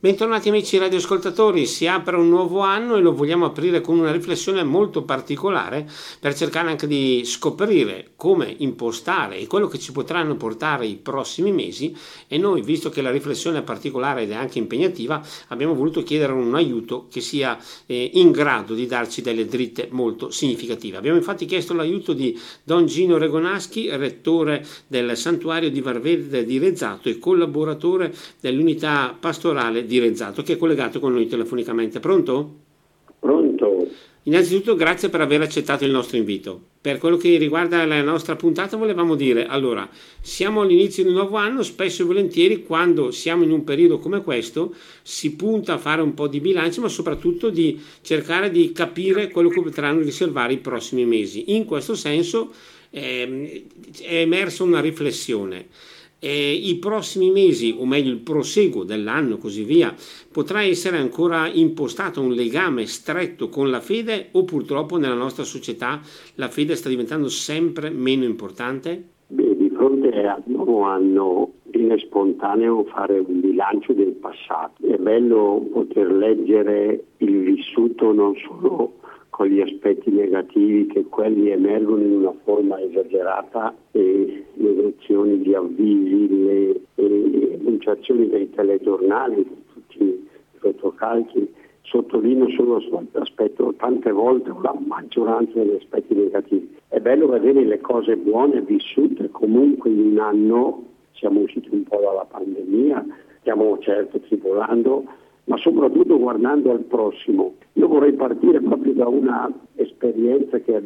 Bentornati amici radioascoltatori, si apre un nuovo anno e lo vogliamo aprire con una riflessione molto particolare per cercare anche di scoprire come impostare e quello che ci potranno portare i prossimi mesi e noi, visto che la riflessione è particolare ed è anche impegnativa, abbiamo voluto chiedere un aiuto che sia in grado di darci delle dritte molto significative. Abbiamo infatti chiesto l'aiuto di Don Gino Regonaschi, rettore del Santuario di Varverde di Rezzato e collaboratore dell'unità pastorale di Rezzato, che è collegato con noi telefonicamente. Pronto? Pronto? Innanzitutto grazie per aver accettato il nostro invito. Per quello che riguarda la nostra puntata volevamo dire, allora, siamo all'inizio di un nuovo anno, spesso e volentieri quando siamo in un periodo come questo si punta a fare un po' di bilancio, ma soprattutto di cercare di capire quello che potranno riservare i prossimi mesi. In questo senso è emersa una riflessione. I prossimi mesi, o meglio il proseguo dell'anno, così via, potrà essere ancora impostato un legame stretto con la fede o purtroppo nella nostra società la fede sta diventando sempre meno importante? Beh, di fronte al nuovo anno viene spontaneo fare un bilancio del passato. È bello poter leggere il vissuto non solo con gli aspetti negativi, che quelli emergono in una forma esagerata, e le lezioni di avvisi, le enunciazioni dei telegiornali, tutti i rotocalchi, sottolineo solo l'aspetto, tante volte la maggioranza degli aspetti negativi. È bello vedere le cose buone vissute comunque in un anno. Siamo usciti un po' dalla pandemia, stiamo certo tribolando, ma soprattutto guardando al prossimo. Io vorrei partire proprio da una esperienza che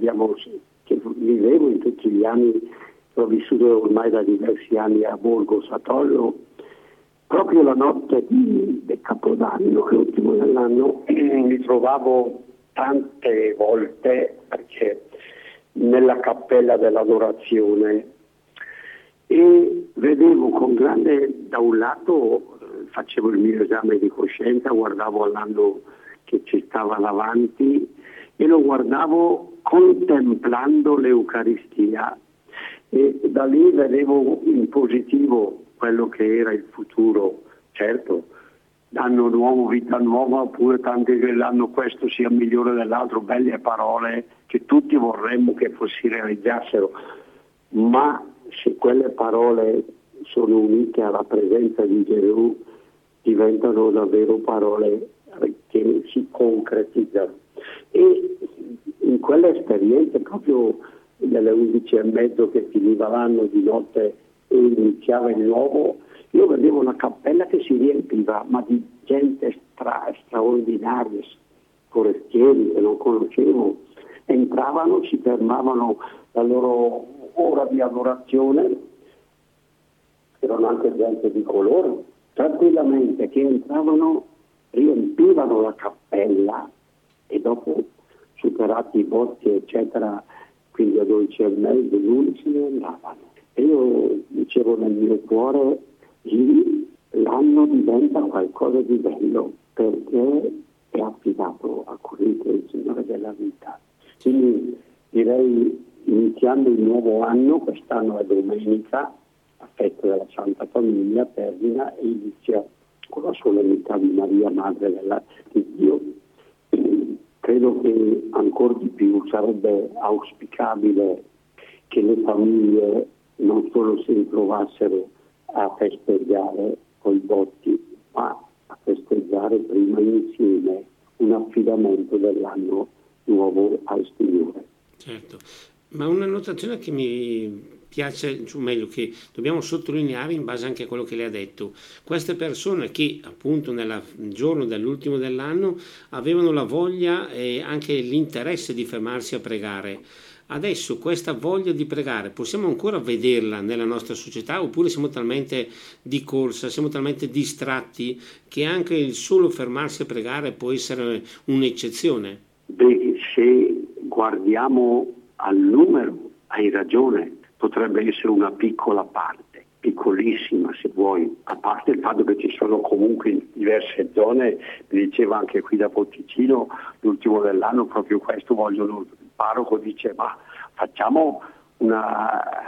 vivevo in tutti gli anni, l'ho vissuto ormai da diversi anni a Borgo Satollo. Proprio la notte del Capodanno, l'ultimo dell'anno, mi trovavo tante volte perché nella cappella dell'adorazione e vedevo con grande, da un lato facevo il mio esame di coscienza, guardavo l'anno che ci stava davanti e lo guardavo contemplando l'Eucaristia e da lì vedevo in positivo quello che era il futuro. Certo, anno nuovo, vita nuova, oppure tanti che l'anno questo sia migliore dell'altro, belle parole che tutti vorremmo che si realizzassero, ma se quelle parole sono unite alla presenza di Gesù diventano davvero parole che si concretizzano. E in quelle esperienze, proprio nelle 11:30 che finiva l'anno di notte e iniziava il nuovo, io vedevo una cappella che si riempiva, ma di gente straordinaria, forestieri che non conoscevo, entravano, si fermavano la loro ora di adorazione, erano anche gente di colore, tranquillamente che entravano, riempivano la cappella e dopo, superati i botti eccetera, quindi a 12:30 l'uni se ne andavano. E io dicevo nel mio cuore, lì l'anno diventa qualcosa di bello perché è affidato a colui che è il Signore della vita. Quindi direi, iniziando il nuovo anno, quest'anno è domenica, a festa della Santa Famiglia, termina e inizia con la solennità di Maria, Madre di Dio. Credo che ancora di più sarebbe auspicabile che le famiglie non solo si ritrovassero a festeggiare coi botti, ma a festeggiare prima insieme un affidamento dell'anno nuovo al Signore. Certo, ma una notazione che mi piace, o meglio che dobbiamo sottolineare in base anche a quello che lei ha detto, queste persone che appunto nel giorno dell'ultimo dell'anno avevano la voglia e anche l'interesse di fermarsi a pregare. Adesso questa voglia di pregare possiamo ancora vederla nella nostra società oppure siamo talmente di corsa, siamo talmente distratti che anche il solo fermarsi a pregare può essere un'eccezione? Beh, se guardiamo al numero, hai ragione, potrebbe essere una piccola parte, piccolissima se vuoi, a parte il fatto che ci sono comunque in diverse zone, mi diceva anche qui da Potticino, l'ultimo dell'anno proprio questo vogliono, il parroco dice ma facciamo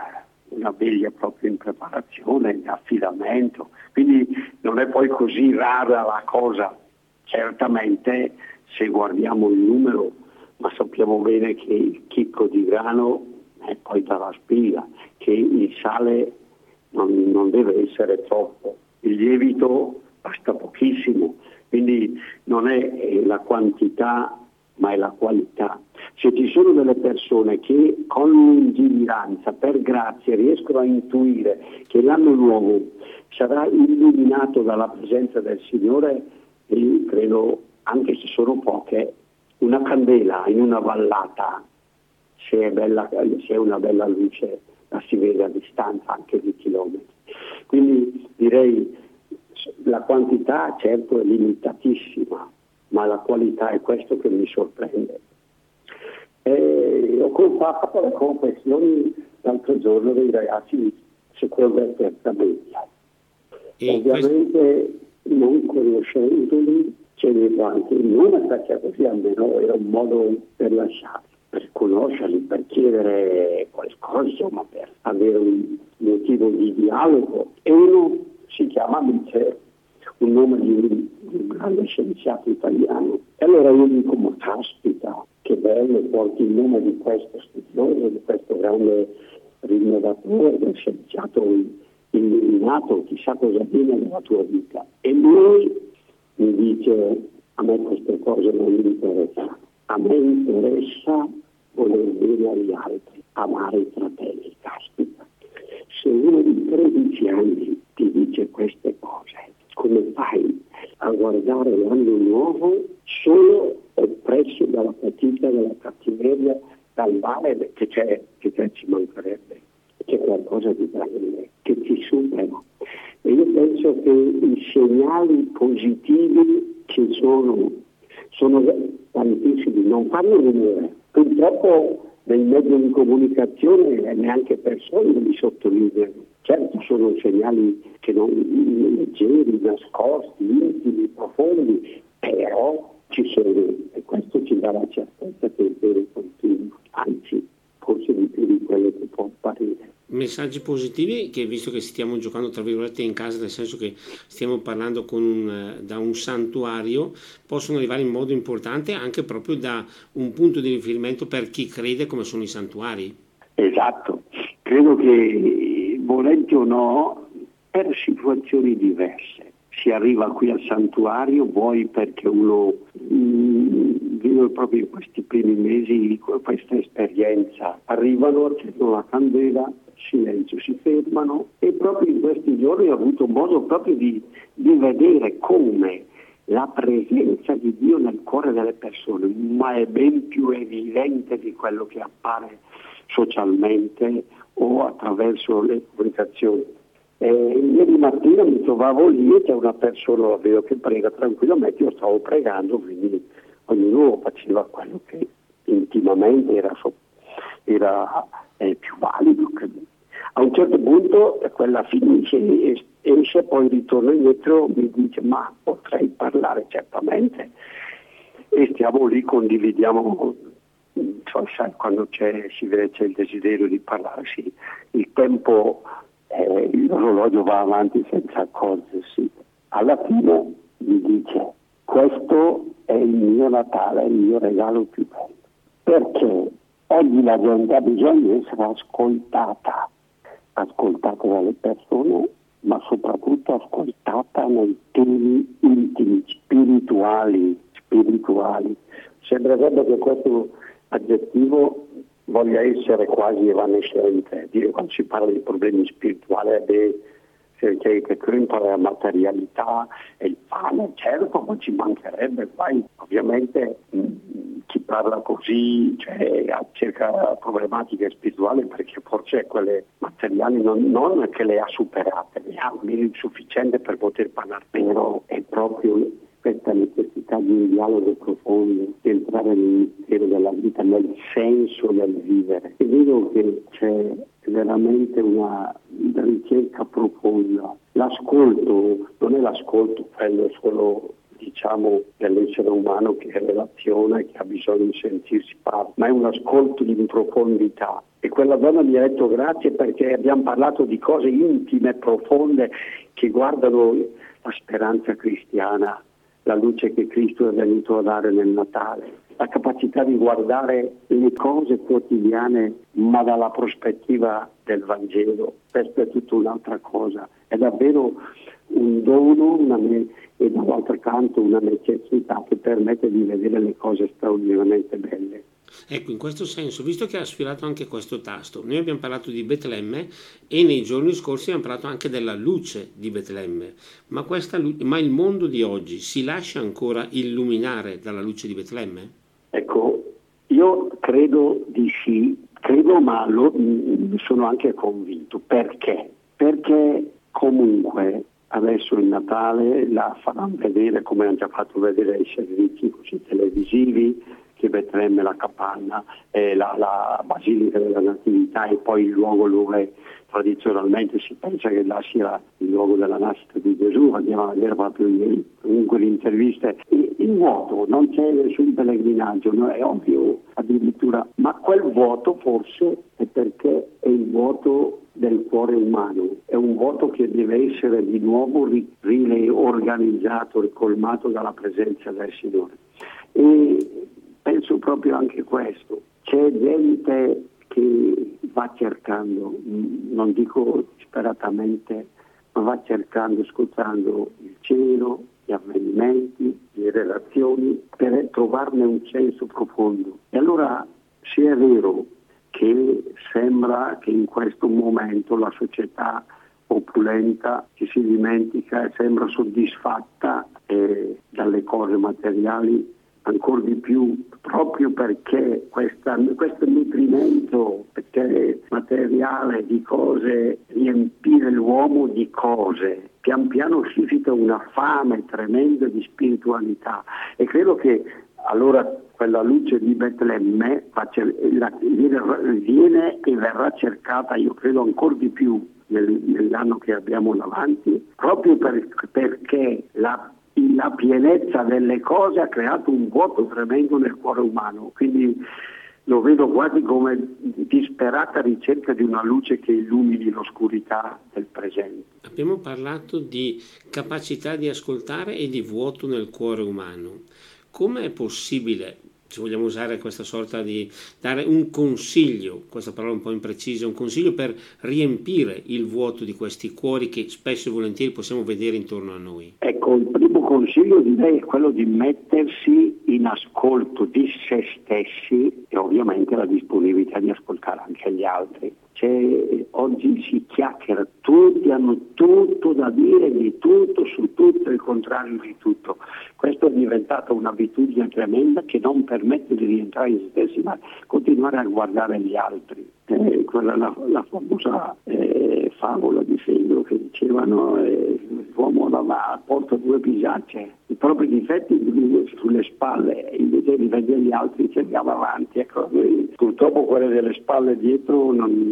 una veglia proprio in preparazione, in affidamento, quindi non è poi così rara la cosa. Certamente se guardiamo il numero, ma sappiamo bene che il chicco di grano è poi dalla spiga, che il sale non deve essere troppo, il lievito basta pochissimo, quindi non è la quantità ma è la qualità. Se ci sono delle persone che con lungimiranza, per grazia, riescono a intuire che l'anno nuovo sarà illuminato dalla presenza del Signore, io credo, anche se sono poche, una candela in una vallata, se è una bella luce, la si vede a distanza anche di chilometri. Quindi direi la quantità certo è limitatissima, ma la qualità è questo che mi sorprende. Ho fatto le confessioni l'altro giorno dei ragazzi seconda e terza media. Ovviamente non conoscendoli chiedevo anche il nome, perché così almeno era un modo per lasciarli, per conoscerli, per chiedere qualcosa, insomma, per avere un motivo di dialogo. E uno si chiama Michele, un nome di un grande scienziato italiano. E allora io dico, ma caspita, che bello, porti il nome di questo studioso, di questo grande rinnovatore, del scienziato illuminato, chissà cosa viene nella tua vita. E lui mi dice, a me queste cose non mi interessano, a me interessa voler bene agli altri, amare i fratelli, caspita. Se uno di 13 anni ti dice queste cose, come fai a guardare l'anno nuovo solo oppresso dalla fatica, dalla cattiveria, dal male che ci mancherebbe? C'è qualcosa di grande che ti supera. E io penso che i segnali positivi ci sono tantissimi, non fanno rumore. Purtroppo nei mezzi di comunicazione neanche persone li sottolineano. Certo sono segnali che non leggeri, nascosti, intimi, profondi, però ci sono, e questo ci dà la certezza che il bene continua, anzi forse di più di quello che può apparire. Messaggi positivi che, visto che stiamo giocando tra virgolette in casa, nel senso che stiamo parlando da un santuario, possono arrivare in modo importante anche proprio da un punto di riferimento per chi crede, come sono i santuari. Esatto, credo che volenti o no, per situazioni diverse si arriva qui al santuario, vuoi perché uno vive proprio in questi primi mesi questa esperienza, arrivano, accendono la candela, silenzio, si fermano, e proprio in questi giorni ho avuto modo proprio di vedere come la presenza di Dio nel cuore delle persone, ma è ben più evidente di quello che appare socialmente o attraverso le comunicazioni. Ieri mattina mi trovavo lì e c'è una persona, la vedo che prega tranquillamente, io stavo pregando, quindi ognuno faceva quello che intimamente era più valido. A un certo punto quella finisce, esce, poi ritorna indietro, mi dice, ma potrei parlare? Certamente. E stiamo lì, condividiamo, sai, quando si vede c'è il desiderio di parlare, sì, il tempo, l'orologio va avanti senza accorgersi. Alla fine mi dice, questo è il mio Natale, il mio regalo più bello, perché oggi la gente ha bisogno di essere ascoltata dalle persone, ma soprattutto ascoltata nei temi intimi, spirituali. Sembrerebbe che questo aggettivo voglia essere quasi evanescente. Dire, quando si parla di problemi spirituali, che conta la materialità e il pane, certo, ma ci mancherebbe. Poi ovviamente chi parla così cerca problematiche spirituali perché forse quelle materiali non che le ha superate, ne ha almeno insufficiente per poter parlare, però è proprio questa necessità di un dialogo profondo, di entrare nel mistero della vita, nel senso del vivere. E vedo che c'è veramente una ricerca profonda. L'ascolto non è l'ascolto quello solo diciamo dell'essere umano che relaziona e che ha bisogno di sentirsi parte, ma è un ascolto in profondità. E quella donna mi ha detto grazie perché abbiamo parlato di cose intime, profonde, che guardano la speranza cristiana, la luce che Cristo è venuto a dare nel Natale, la capacità di guardare le cose quotidiane ma dalla prospettiva del Vangelo. Questa è tutta un'altra cosa, è davvero un dono e dall'altro canto una necessità che permette di vedere le cose straordinariamente belle. Ecco, in questo senso, visto che ha sfilato anche questo tasto, noi abbiamo parlato di Betlemme e nei giorni scorsi abbiamo parlato anche della luce di Betlemme, ma il mondo di oggi si lascia ancora illuminare dalla luce di Betlemme? Ecco, io credo di sì, ma sono anche convinto. Perché? Perché comunque adesso il Natale la faranno vedere, come hanno già fatto vedere i servizi così televisivi, che Betlemme, la capanna, la Basilica della Natività e poi il luogo dove tradizionalmente si pensa che là sia il luogo della nascita di Gesù. Andiamo a vedere proprio ieri, comunque le interviste, il vuoto, non c'è nessun pellegrinaggio, no? È ovvio addirittura, ma quel vuoto forse è perché è il vuoto del cuore umano, è un vuoto che deve essere di nuovo riorganizzato, ricolmato dalla presenza del Signore. E penso proprio anche questo, c'è gente che va cercando, non dico disperatamente, ma va cercando, ascoltando il cielo, gli avvenimenti, le relazioni, per trovarne un senso profondo. E allora, se è vero che sembra che in questo momento la società opulenta che si dimentica e sembra soddisfatta dalle cose materiali, ancora di più, proprio perché questo nutrimento materiale di cose, riempire l'uomo di cose, pian piano suscita una fame tremenda di spiritualità. E credo che allora quella luce di Betlemme viene e verrà cercata, io credo, ancora di più nell'anno che abbiamo davanti, proprio perché la pienezza delle cose ha creato un vuoto tremendo nel cuore umano. Quindi lo vedo quasi come disperata ricerca di una luce che illumini l'oscurità del presente. Abbiamo parlato di capacità di ascoltare e di vuoto nel cuore umano. Come è possibile, se vogliamo usare questa sorta di dare un consiglio, questa parola un po' imprecisa, un consiglio per riempire il vuoto di questi cuori che spesso e volentieri possiamo vedere intorno a noi? Ecco, il primo consiglio direi è quello di mettersi in ascolto di se stessi e ovviamente la disponibilità di ascoltare anche gli altri. Oggi si chiacchiera, tutti hanno tutto da dire, di tutto, su tutto, il contrario di tutto. Questo è diventata un'abitudine tremenda che non permette di rientrare in se stessi, ma continuare a guardare gli altri. Quella la famosa favola di Fedro che dicevano l'uomo porta due bisacce, i propri difetti sulle spalle, invece di vedere gli altri ci andiamo avanti. Ecco, noi, purtroppo quelle delle spalle dietro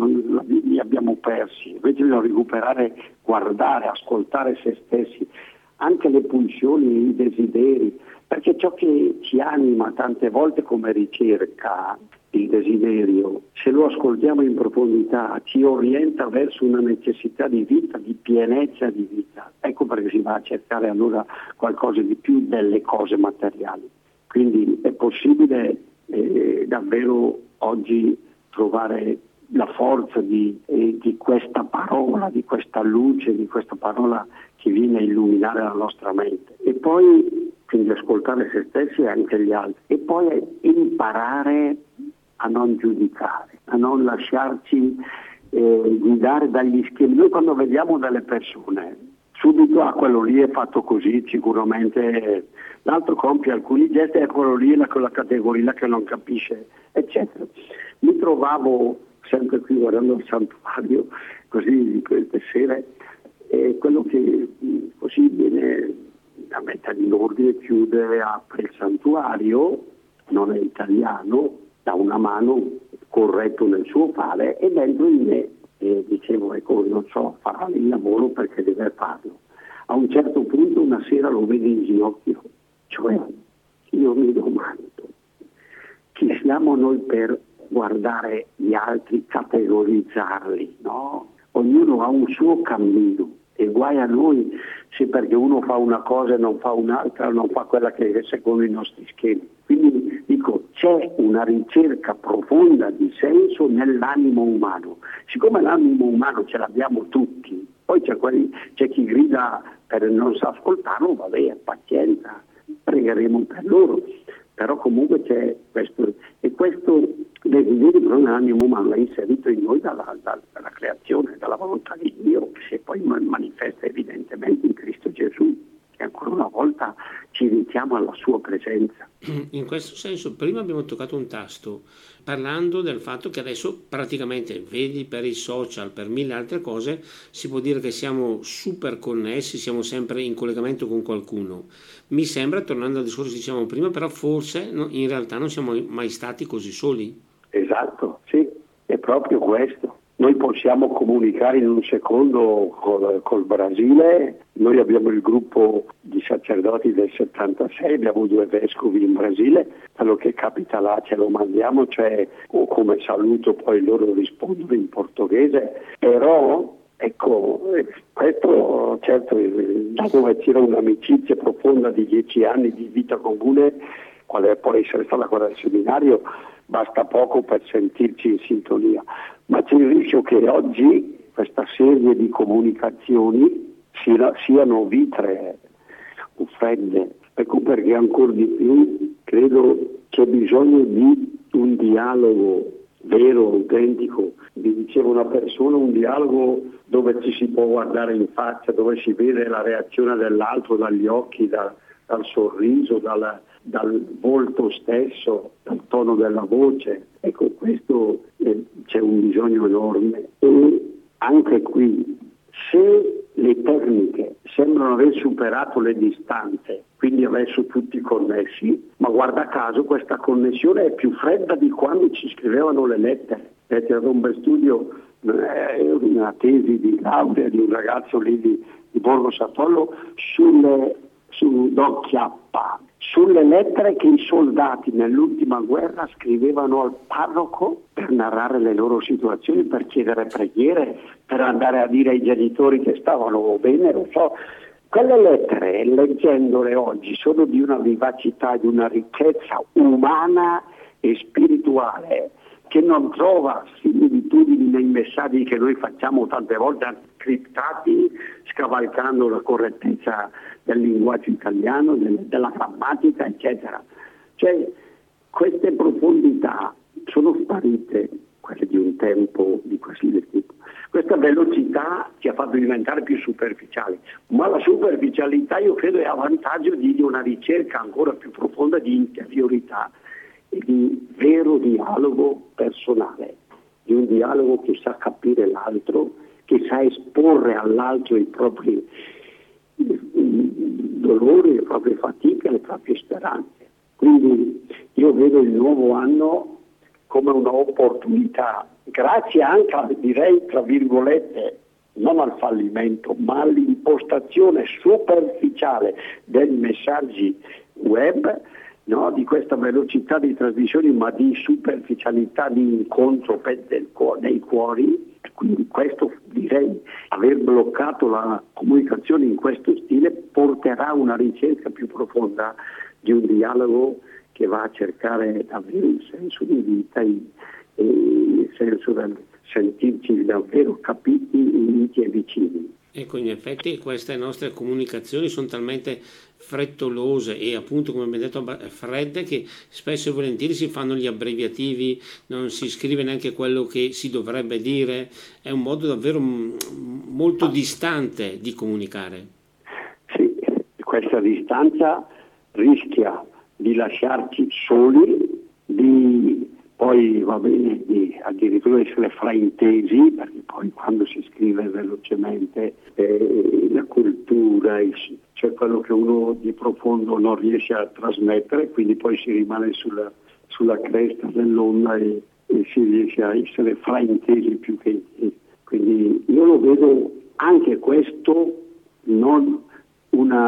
li abbiamo persi, invece bisogna recuperare, guardare, ascoltare se stessi, anche le pulsioni, i desideri, perché ciò che ci anima tante volte come ricerca, il desiderio, se lo ascoltiamo in profondità, ci orienta verso una necessità di vita, di pienezza di vita. Ecco perché si va a cercare allora qualcosa di più delle cose materiali. Quindi è possibile davvero oggi trovare la forza di questa parola, di questa luce, di questa parola che viene a illuminare la nostra mente. E poi quindi ascoltare se stessi e anche gli altri. E poi imparare a non giudicare, a non lasciarci guidare dagli schemi. Noi quando vediamo delle persone, subito quello lì è fatto così, sicuramente l'altro compie alcuni gesti e quello lì è quella categoria che non capisce, eccetera. Mi trovavo sempre qui guardando il santuario, così di queste sere, quello che così viene a mettere in ordine, chiude, apre il santuario, non è italiano, da una mano corretto nel suo fare, e dentro di me dicevo, ecco, non so, farà il lavoro perché deve farlo. A un certo punto una sera lo vedo in ginocchio, Cioè, io mi domando, chi siamo noi per guardare gli altri, categorizzarli, no? Ognuno ha un suo cammino e guai a noi se perché uno fa una cosa e non fa un'altra, non fa quella che è secondo i nostri schemi. Quindi dico, c'è una ricerca profonda di senso nell'animo umano. Siccome l'animo umano ce l'abbiamo tutti, poi c'è chi grida per non ascoltarlo, vabbè, pazienza, pregheremo per loro. Però comunque c'è questo, e questo desiderio nell'animo umano è inserito in noi dalla creazione, dalla volontà di Dio, che si poi manifesta evidentemente in Cristo Gesù, che ancora una volta ci richiama alla sua presenza. In questo senso, prima abbiamo toccato un tasto, parlando del fatto che adesso praticamente, vedi per i social, per mille altre cose, si può dire che siamo super connessi, siamo sempre in collegamento con qualcuno. Mi sembra, tornando al discorso che dicevamo prima, però forse in realtà non siamo mai stati così soli. Esatto, sì, è proprio questo. Noi possiamo comunicare in un secondo col Brasile, noi abbiamo il gruppo di sacerdoti del 76, abbiamo 2 vescovi in Brasile, quello che capita là ce lo mandiamo, cioè o come saluto poi loro rispondono in portoghese, però ecco, questo certo da dove c'era un'amicizia profonda di 10 anni di vita comune, quale può essere stata quella del seminario, basta poco per sentirci in sintonia. Ma c'è il rischio che oggi questa serie di comunicazioni siano vitree o fredde. Ecco perché ancora di più credo c'è bisogno di un dialogo vero, autentico. Vi diceva una persona, un dialogo dove ci si può guardare in faccia, dove si vede la reazione dell'altro dagli occhi, dal sorriso, dal volto stesso, dal tono della voce. Ecco, questo c'è un bisogno enorme. E anche qui, se le tecniche sembrano aver superato le distanze, quindi adesso tutti connessi, ma guarda caso questa connessione è più fredda di quando ci scrivevano le lettere. C'era un bel studio, una tesi di laurea di un ragazzo lì di Borgo Satollo su Chiappa, sulle lettere che i soldati nell'ultima guerra scrivevano al parroco per narrare le loro situazioni, per chiedere preghiere, per andare a dire ai genitori che stavano bene, lo so. Quelle lettere, leggendole oggi, sono di una vivacità, di una ricchezza umana e spirituale che non trova similitudini nei messaggi che noi facciamo tante volte criptati, scavalcando la correttezza del linguaggio italiano, della grammatica, eccetera. Cioè, queste profondità sono sparite, quelle di un tempo di qualsiasi tipo. Questa velocità ci ha fatto diventare più superficiali, ma la superficialità io credo è a vantaggio di una ricerca ancora più profonda di interiorità e di vero dialogo personale, di un dialogo che sa capire l'altro, che sa esporre all'altro i propri dolori, le proprie fatiche, le proprie speranze. Quindi io vedo il nuovo anno come un'opportunità, grazie anche, direi, tra virgolette, non al fallimento, ma all'impostazione superficiale dei messaggi web, no? Di questa velocità di trasmissione, ma di superficialità di incontro dei cuori. Quindi questo, direi, aver bloccato la comunicazione in questo stile porterà a una ricerca più profonda di un dialogo che va a cercare davvero il senso di vita e il senso del sentirci davvero capiti, uniti e vicini. Ecco, in effetti queste nostre comunicazioni sono talmente frettolose e appunto, come abbiamo detto, fredde, che spesso e volentieri si fanno gli abbreviativi, non si scrive neanche quello che si dovrebbe dire, è un modo davvero molto distante di comunicare. Sì, questa distanza rischia di lasciarci soli, di poi va bene di addirittura essere fraintesi, perché poi quando si scrive velocemente la cultura, cioè quello che uno di profondo non riesce a trasmettere, quindi poi si rimane sulla cresta dell'onda e si riesce a essere fraintesi più che intesi. Quindi io lo vedo anche questo non una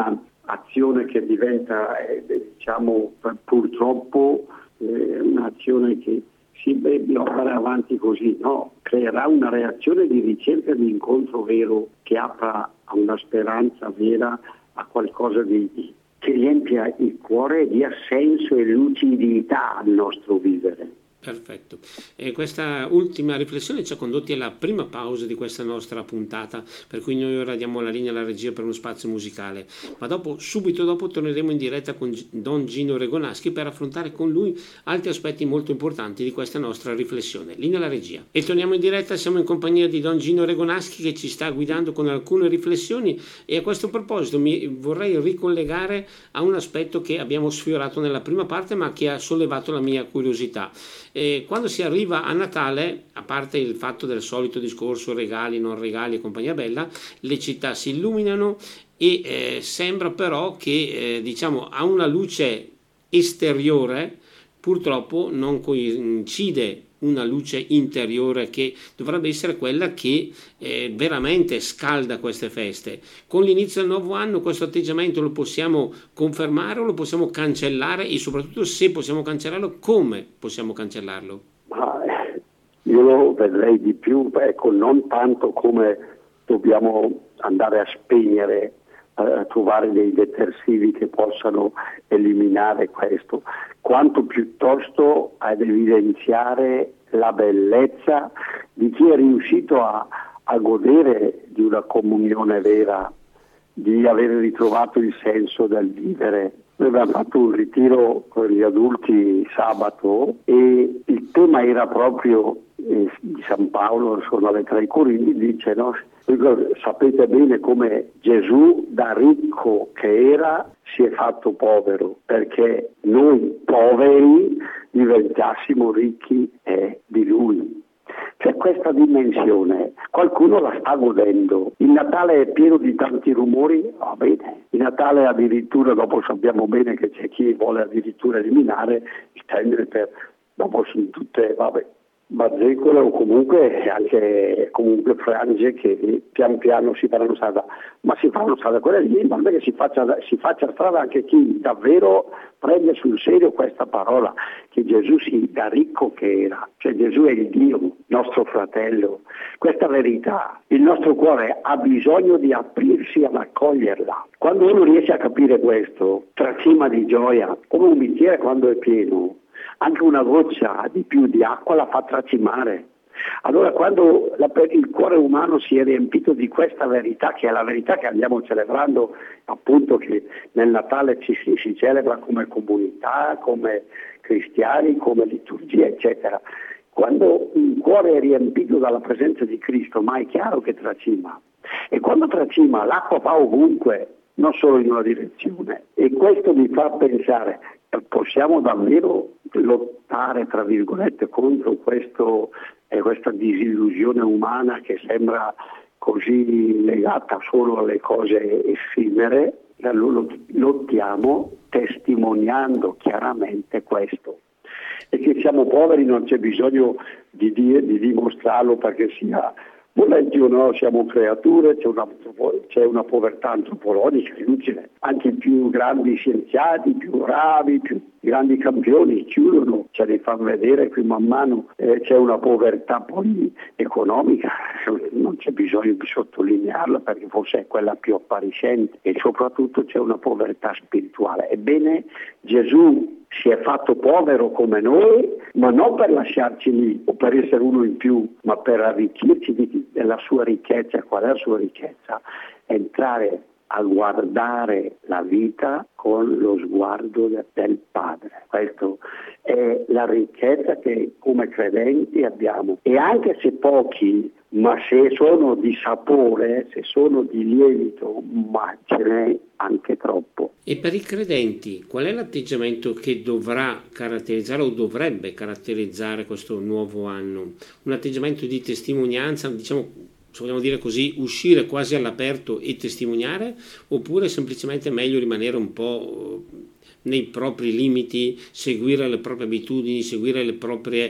azione che diventa, diciamo, purtroppo un'azione che bisogna fare avanti così, no? Creerà una reazione di ricerca di incontro vero che apra a una speranza vera, a qualcosa che riempia il cuore e dia senso e lucidità al nostro vivere. Perfetto. E questa ultima riflessione ci ha condotti alla prima pausa di questa nostra puntata, per cui noi ora diamo la linea alla regia per uno spazio musicale, ma subito dopo torneremo in diretta con Don Gino Regonaschi per affrontare con lui altri aspetti molto importanti di questa nostra riflessione. Linea alla regia. E torniamo in diretta, siamo in compagnia di Don Gino Regonaschi che ci sta guidando con alcune riflessioni, e a questo proposito mi vorrei ricollegare a un aspetto che abbiamo sfiorato nella prima parte ma che ha sollevato la mia curiosità. Quando si arriva a Natale, a parte il fatto del solito discorso regali, non regali e compagnia bella, le città si illuminano e sembra però che diciamo a una luce esteriore purtroppo non coincide una luce interiore che dovrebbe essere quella che veramente scalda queste feste. Con l'inizio del nuovo anno questo atteggiamento lo possiamo confermare o lo possiamo cancellare, e soprattutto, se possiamo cancellarlo, come possiamo cancellarlo? Io lo vedrei di più, non tanto come dobbiamo andare a spegnere, a trovare dei detersivi che possano eliminare questo, quanto piuttosto ad evidenziare la bellezza di chi è riuscito a godere di una comunione vera, di aver ritrovato il senso del vivere. Noi abbiamo fatto un ritiro con gli adulti sabato e il tema era proprio di San Paolo, sono alle 3 Corinzi, dice, no? Sapete bene come Gesù, da ricco che era, si è fatto povero, perché noi poveri diventassimo ricchi di Lui. C'è questa dimensione, qualcuno la sta godendo. Il Natale è pieno di tanti rumori, va bene. Il Natale addirittura, dopo sappiamo bene che c'è chi vuole addirittura eliminare il termine dopo sono tutte, bazzecole o comunque anche frange che pian piano si faranno strada, ma si faranno strada quelle lì, ma che si faccia strada anche chi davvero prende sul serio questa parola, che Gesù da ricco che era, cioè Gesù è il Dio, nostro fratello. Questa verità, il nostro cuore ha bisogno di aprirsi ad accoglierla. Quando uno riesce a capire questo, tracima di gioia, come un bicchiere quando è pieno, anche una goccia di più di acqua la fa tracimare. Allora quando il cuore umano si è riempito di questa verità, che è la verità che andiamo celebrando, appunto, che nel Natale si celebra come comunità, come cristiani, come liturgia, eccetera. Quando il cuore è riempito dalla presenza di Cristo, ma è chiaro che tracima. E quando tracima, l'acqua va ovunque, non solo in una direzione. E questo mi fa pensare, possiamo davvero lottare, tra virgolette, contro questa disillusione umana che sembra così legata solo alle cose effimere? Lottiamo testimoniando chiaramente questo. E che siamo poveri non c'è bisogno di dimostrarlo, perché sia volenti o no siamo creature, c'è una povertà antropologica inutile. Anche i più grandi scienziati, i più bravi, i più grandi campioni chiudono, ce li fanno vedere qui man mano, c'è una povertà poi economica, non c'è bisogno di sottolinearla perché forse è quella più appariscente, e soprattutto c'è una povertà spirituale. Ebbene, Gesù si è fatto povero come noi, ma non per lasciarci lì o per essere uno in più, ma per arricchirci della sua ricchezza. Qual è la sua ricchezza? Entrare a guardare la vita con lo sguardo del Padre. Questa è la ricchezza che come credenti abbiamo. E anche se pochi, ma se sono di sapore, se sono di lievito, ma ce n'è anche troppo. E per i credenti, qual è l'atteggiamento che dovrà caratterizzare o dovrebbe caratterizzare questo nuovo anno? Un atteggiamento di testimonianza, diciamo, se vogliamo dire così, uscire quasi all'aperto e testimoniare, oppure semplicemente è meglio rimanere un po' nei propri limiti, seguire le proprie abitudini, seguire le proprie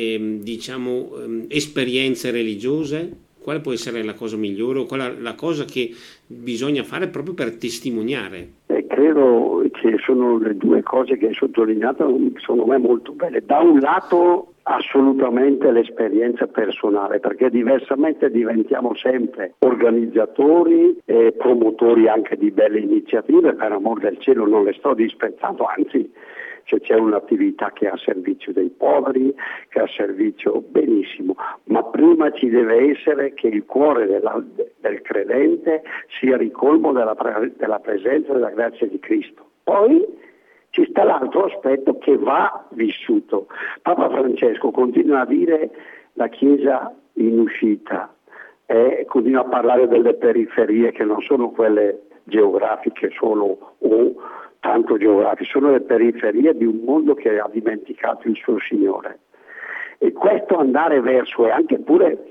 esperienze religiose? Quale può essere la cosa migliore o qual è la cosa che bisogna fare proprio per testimoniare? Pietro, che sono le due cose che hai sottolineato, secondo me molto belle. Da un lato assolutamente l'esperienza personale, perché diversamente diventiamo sempre organizzatori e promotori anche di belle iniziative, per amor del cielo non le sto disprezzando, anzi se c'è un'attività che è a servizio dei poveri, che è a servizio benissimo, ma prima ci deve essere che il cuore del credente sia ricolmo della presenza e della grazia di Cristo. Poi ci sta l'altro aspetto che va vissuto. Papa Francesco continua a dire la Chiesa in uscita, continua a parlare delle periferie che non sono quelle geografiche solo o tanto geografiche, sono le periferie di un mondo che ha dimenticato il suo Signore. E questo andare verso è anche pure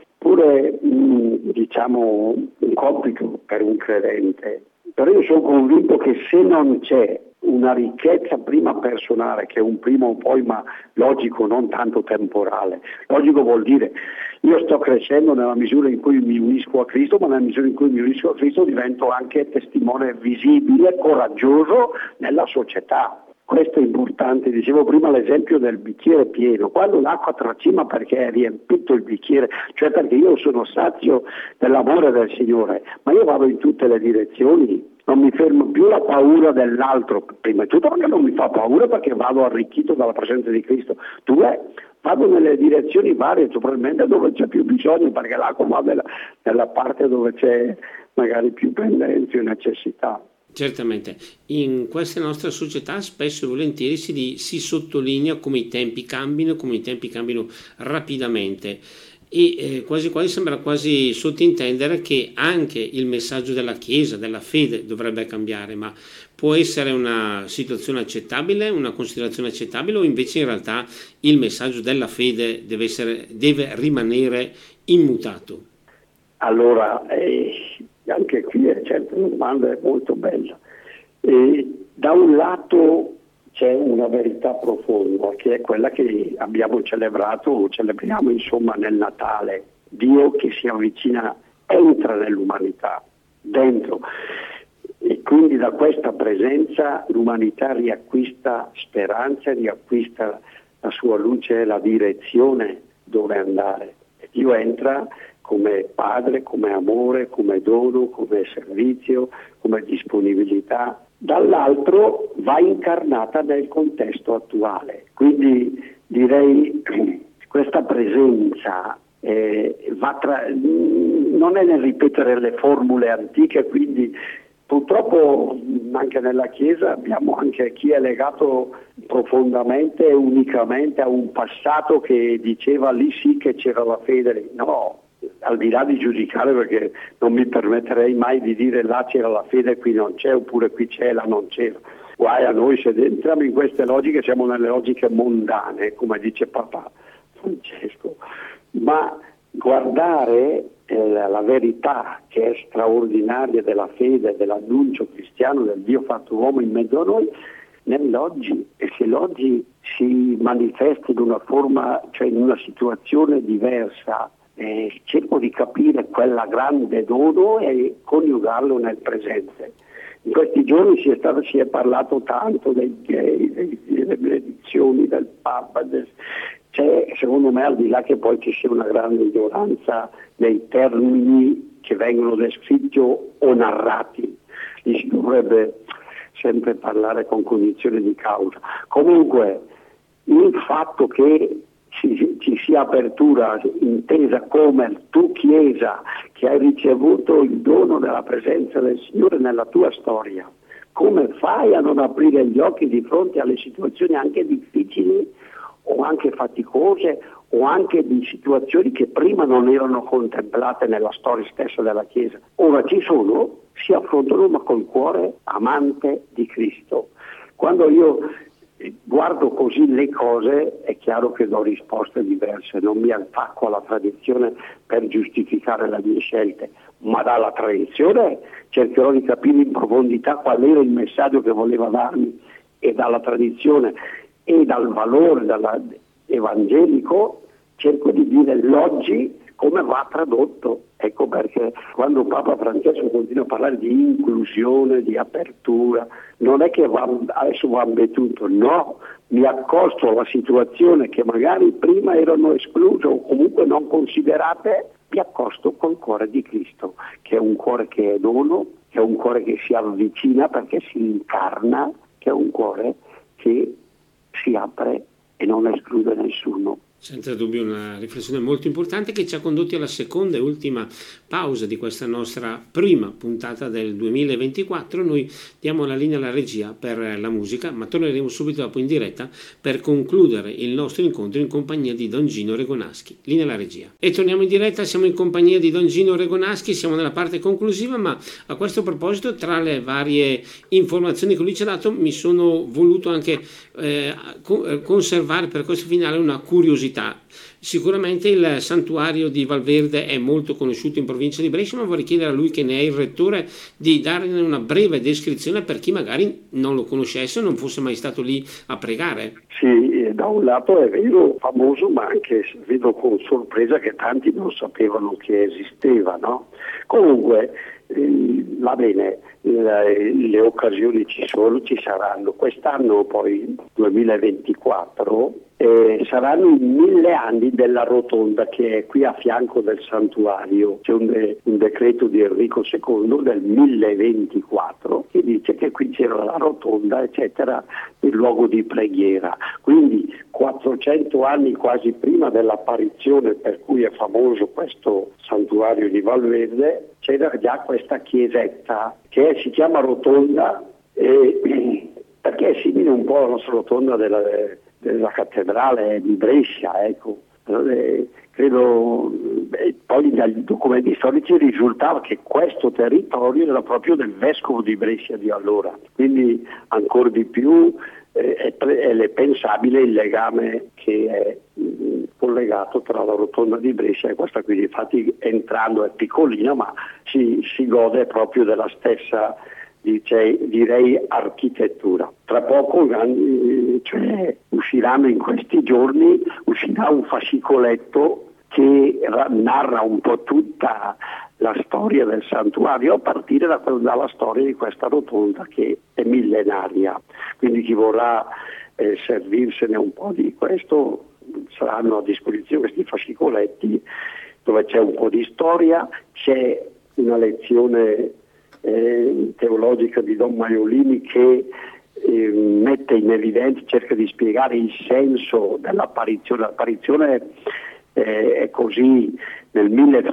diciamo un compito per un credente. Però io sono convinto che se non c'è una ricchezza prima personale, che è un prima o poi, ma logico, non tanto temporale. Logico vuol dire io sto crescendo nella misura in cui mi unisco a Cristo, ma nella misura in cui mi unisco a Cristo divento anche testimone visibile, coraggioso nella società. Questo è importante, dicevo prima l'esempio del bicchiere pieno, quando l'acqua tracima perché è riempito il bicchiere, cioè perché io sono sazio dell'amore del Signore, ma io vado in tutte le direzioni, non mi fermo più la paura dell'altro, prima di tutto perché non mi fa paura perché vado arricchito dalla presenza di Cristo, vado nelle direzioni varie, probabilmente dove c'è più bisogno perché l'acqua va nella parte dove c'è magari più pendenza e necessità. Certamente, in questa nostra società spesso e volentieri si sottolinea come i tempi cambino rapidamente e quasi quasi sembra quasi sottintendere che anche il messaggio della Chiesa, della fede dovrebbe cambiare, ma può essere una situazione accettabile, una considerazione accettabile o invece in realtà il messaggio della fede deve rimanere immutato? Allora, anche qui è certo una domanda molto bella. Da un lato c'è una verità profonda che è quella che abbiamo celebrato o celebriamo insomma nel Natale. Dio che si avvicina, entra nell'umanità, dentro. E quindi da questa presenza l'umanità riacquista speranza, riacquista la sua luce e la direzione dove andare. E Dio entra come padre, come amore, come dono, come servizio, come disponibilità. Dall'altro va incarnata nel contesto attuale. Quindi direi questa presenza non è nel ripetere le formule antiche, quindi purtroppo anche nella Chiesa abbiamo anche chi è legato profondamente e unicamente a un passato che diceva lì sì che c'era la fede, no. Al di là di giudicare, perché non mi permetterei mai di dire là c'era la fede, qui non c'è, oppure qui c'è, là non c'era. Guai a noi se entriamo in queste logiche, siamo nelle logiche mondane, come dice Papa Francesco. Ma guardare la verità che è straordinaria della fede, dell'annuncio cristiano del Dio fatto uomo in mezzo a noi, nell'oggi, e se l'oggi si manifesta in una forma, cioè in una situazione diversa, cerco di capire quella grande dono e coniugarlo nel presente. In questi giorni si è parlato tanto dei gay, delle benedizioni del Papa, c'è secondo me, al di là che poi ci sia una grande ignoranza nei termini che vengono descritti o narrati, lì si dovrebbe sempre parlare con cognizione di causa. Comunque il fatto che ci sia apertura intesa come tu Chiesa che hai ricevuto il dono della presenza del Signore nella tua storia, come fai a non aprire gli occhi di fronte alle situazioni anche difficili o anche faticose o anche di situazioni che prima non erano contemplate nella storia stessa della Chiesa? Ora ci sono, si affrontano ma col cuore amante di Cristo. Quando io guardo così le cose è chiaro che do risposte diverse, non mi attacco alla tradizione per giustificare le mie scelte, ma dalla tradizione cercherò di capire in profondità qual era il messaggio che voleva darmi, e dalla tradizione e dal valore evangelico cerco di dire l'oggi come va tradotto. Ecco perché quando Papa Francesco continua a parlare di inclusione, di apertura, non è che adesso va abbattuto, no, mi accosto alla situazione che magari prima erano escluse o comunque non considerate, mi accosto col cuore di Cristo, che è un cuore che è dono, che è un cuore che si avvicina perché si incarna, che è un cuore che si apre e non esclude nessuno. Senza dubbio una riflessione molto importante che ci ha condotti alla seconda e ultima pausa di questa nostra prima puntata del 2024. Noi diamo la linea alla regia per la musica, ma torneremo subito dopo in diretta per concludere il nostro incontro in compagnia di Don Gino Regonaschi. Linea alla regia. E torniamo in diretta, siamo in compagnia di Don Gino Regonaschi, siamo nella parte conclusiva, ma a questo proposito, tra le varie informazioni che lui ci ha dato, mi sono voluto anche conservare per questo finale una curiosità. Sicuramente il santuario di Valverde è molto conosciuto in provincia di Brescia, ma vorrei chiedere a lui, che ne è il rettore, di darne una breve descrizione per chi magari non lo conoscesse o non fosse mai stato lì a pregare. Sì, da un lato è vero, famoso, ma anche vedo con sorpresa che tanti non sapevano che esisteva, no? Comunque va bene, le occasioni ci sono, ci saranno. Quest'anno poi 2024 saranno i 1000 anni della rotonda che è qui a fianco del santuario. C'è un decreto di Enrico II del 1024 che dice che qui c'era la rotonda, eccetera, il luogo di preghiera. Quindi 400 anni quasi prima dell'apparizione per cui è famoso questo santuario di Valverde, c'era già questa chiesetta che si chiama rotonda perché è simile un po' alla nostra rotonda della cattedrale di Brescia, ecco. Credo, poi dagli documenti storici risultava che questo territorio era proprio del vescovo di Brescia di allora, quindi ancora di più è pensabile il legame che è collegato tra la rotonda di Brescia e questa qui. Infatti entrando è piccolina, ma si gode proprio della stessa, direi, architettura. Tra poco, cioè, usciranno in questi giorni, uscirà un fascicoletto che narra un po' tutta la storia del santuario a partire dalla storia di questa rotonda che è millenaria. Quindi chi vorrà servirsene un po' di questo, saranno a disposizione questi fascicoletti dove c'è un po' di storia, c'è una lezione teologica di Don Maiolini che mette in evidenza, cerca di spiegare il senso dell'apparizione. L'apparizione è così: nel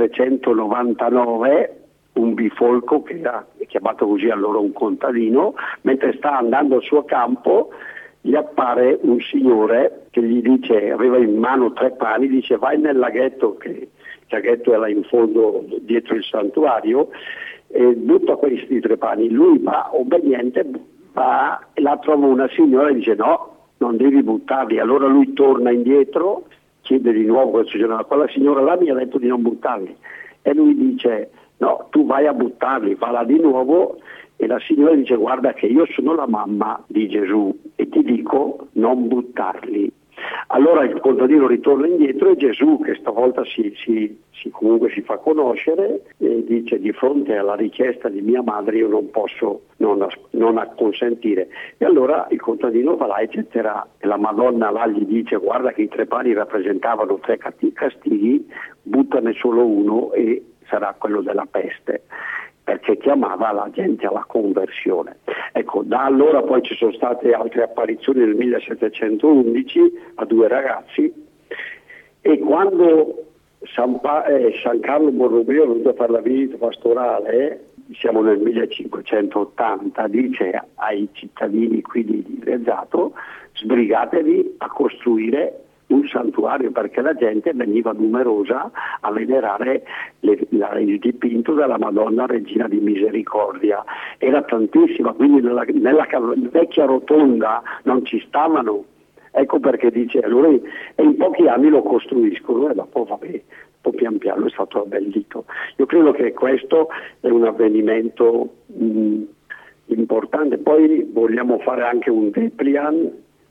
1399 un bifolco, che era chiamato così allora un contadino, mentre sta andando al suo campo gli appare un signore che gli dice, aveva in mano 3 pani, dice vai nel laghetto, che il laghetto era in fondo dietro il santuario, e butta questi 3 pani. Lui va obbediente, va e la trova una signora e dice no, non devi buttarli. Allora lui torna indietro, chiede di nuovo questo signore, quella signora là mi ha detto di non buttarli, e lui dice no, tu vai a buttarli, va là di nuovo, e la signora dice guarda che io sono la mamma di Gesù e ti dico non buttarli. Allora il contadino ritorna indietro e Gesù, che stavolta comunque si fa conoscere, e dice di fronte alla richiesta di mia madre io non posso non acconsentire. E allora il contadino va là, eccetera, e la Madonna là gli dice guarda che i 3 pani rappresentavano 3 castighi, buttane solo uno e sarà quello della peste, perché chiamava la gente alla conversione. Ecco, da allora poi ci sono state altre apparizioni nel 1711 a 2 ragazzi, e quando San Carlo Borromeo è venuto a fare la visita pastorale, siamo nel 1580, dice ai cittadini qui di Rezzato sbrigatevi a costruire un santuario, perché la gente veniva numerosa a venerare il dipinto della Madonna Regina di Misericordia. Era tantissima, quindi nella vecchia rotonda non ci stavano. Ecco perché dice allora, e in pochi anni lo costruiscono e dopo vabbè, poi pian piano è stato abbellito. Io credo che questo è un avvenimento importante. Poi vogliamo fare anche un Deplian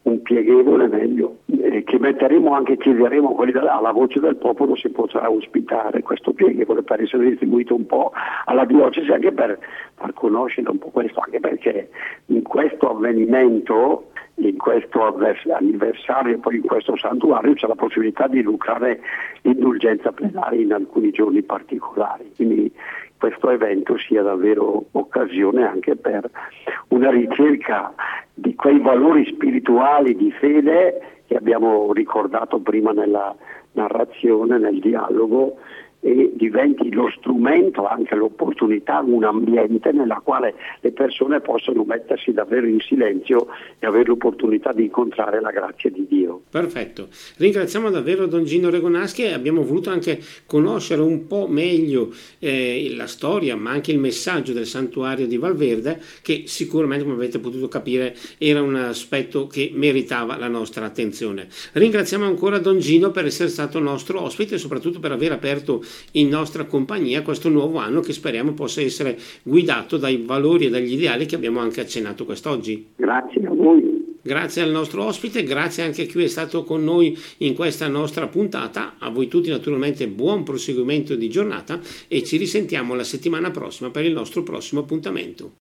un pieghevole meglio, che metteremo anche, chiederemo quelli alla voce del popolo se potrà ospitare questo pieghevole per essere distribuito un po' alla diocesi, anche per far conoscere un po' questo, anche perché in questo avvenimento, in questo anniversario e poi in questo santuario c'è la possibilità di lucrare l'indulgenza plenaria in alcuni giorni particolari, quindi questo evento sia davvero occasione anche per una ricerca di quei valori spirituali di fede che abbiamo ricordato prima nella narrazione, nel dialogo, e diventi lo strumento, anche l'opportunità, un ambiente nella quale le persone possono mettersi davvero in silenzio e avere l'opportunità di incontrare la grazia di Dio. Perfetto, ringraziamo davvero Don Gino Regonaschi e abbiamo voluto anche conoscere un po' meglio la storia, ma anche il messaggio del santuario di Valverde, che sicuramente, come avete potuto capire, era un aspetto che meritava la nostra attenzione. Ringraziamo ancora Don Gino per essere stato nostro ospite e soprattutto per aver aperto in nostra compagnia questo nuovo anno che speriamo possa essere guidato dai valori e dagli ideali che abbiamo anche accennato quest'oggi. Grazie a voi. Grazie al nostro ospite, grazie anche a chi è stato con noi in questa nostra puntata. A voi tutti naturalmente buon proseguimento di giornata e ci risentiamo la settimana prossima per il nostro prossimo appuntamento.